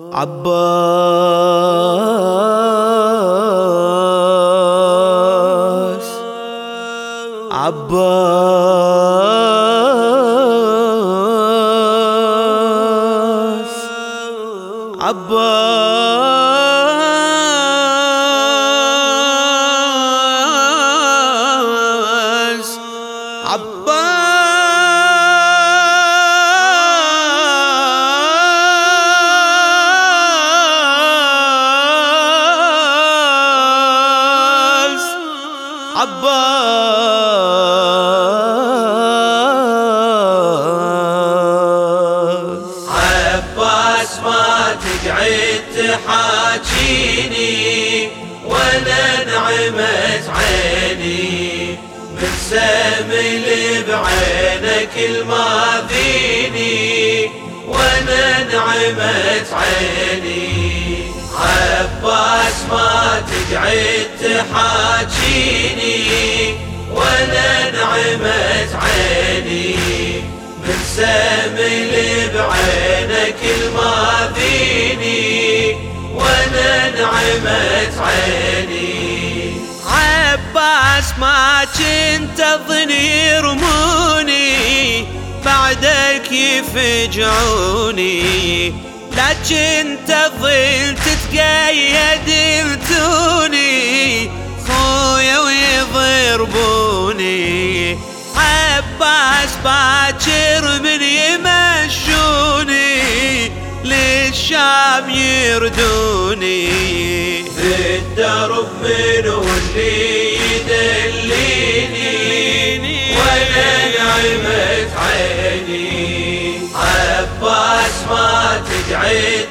عباس عباس عباس عباس ما تقعد تحاجيني وانا نعمت عيني من سامل بعينك الماذيني وانا نعمت عيني. عباس ما تقعد تحاجيني وانا نعمت عيني من سامل بعينك الماذيني وانا نعمت عيني. عباس ما كنت اظن يرموني بعدك يفجعوني، لكن تظل تتقيد يلتوني خويا ويضربوني. عباس باكر من يمشوني للشام يردوني، بالدرب منو اللي يدليني وانا نعمت عيني. عباس ما تقعد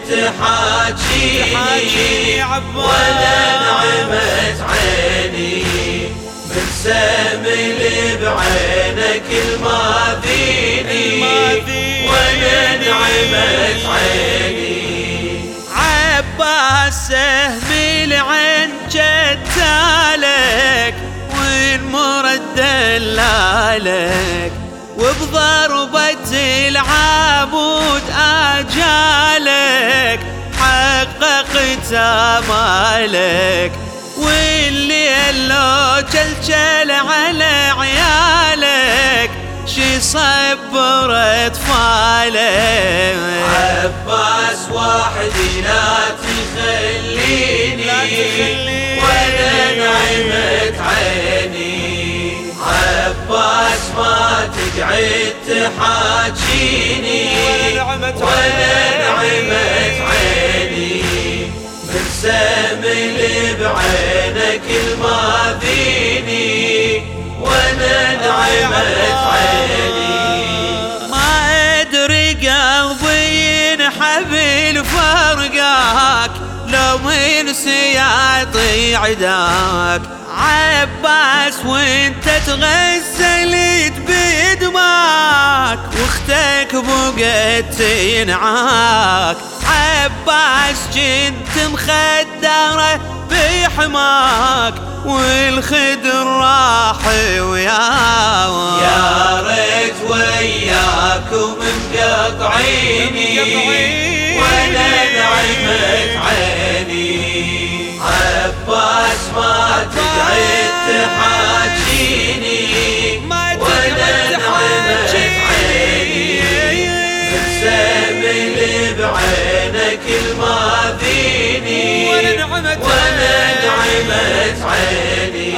تحاجيني وانا نعمت عيني من سامل بعينك الماذيني وانا نعمت عيني. عباس سهم العين جتالك والمرد دلالك، وبضربة العبود آجالك حققت آمالك، والليل لو جلجل على عيالك شي صبر اطفالك. عباس وحدي لا تخليني وانا نعمت عيني. عباس ما تقعد تحاجيني وانا نعمت عيني من سامل بعينك الماذيني وانا نعمت عيني. ما ادري قلبي ينحب الفرقاك لو من سياطي عداك. عباس وانت تغسلت بدماك واختك بقت تنعاك. عباس كنت مخدره بحماك والخدر راح وياك. يا ريت وياكم مقطعيني وانا نعمت عيني. عباس ما تقعد تحاجيني وانا نعمت عيني من سامل بعينك الماذيني وانا نعمت عيني.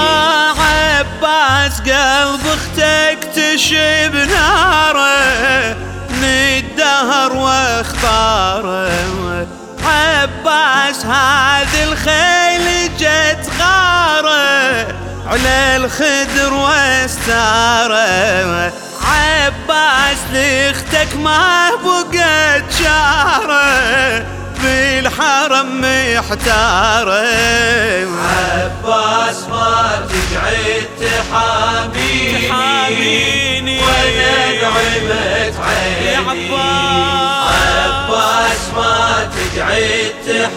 عباس قلب اختك تشب ناره من الدهر واخباره. عباس هذه الخيل جت غاره على الخدر واستاره. عباس لاختك ما بقت شاره بالحرم محتاره. عباس ما تقعد تحاميني وانا نعمت عيني. عباس ما تقعد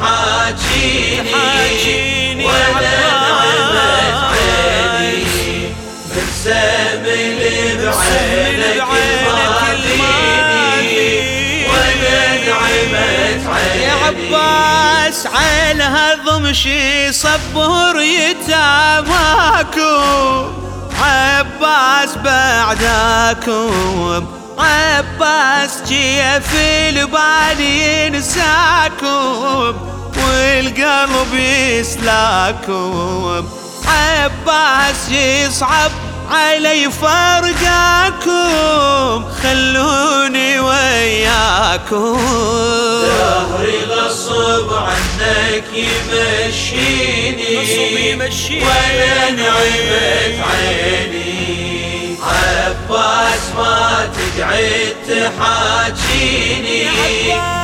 تحاجيني وانا نعمت عيني من سامل بعينك الماذيني وانا نعمت عيني. عباس عالهضم شي صبر يتابعكم، عباس بعداكم، عباس كيف البال ينساكم والقلب يسلاكم، عباس يصعب علي فرقاكم خلوني وياكم. دهري غصب عنك يمشيني وانا نعمت عيني، عباس ما تقعد تحاجيني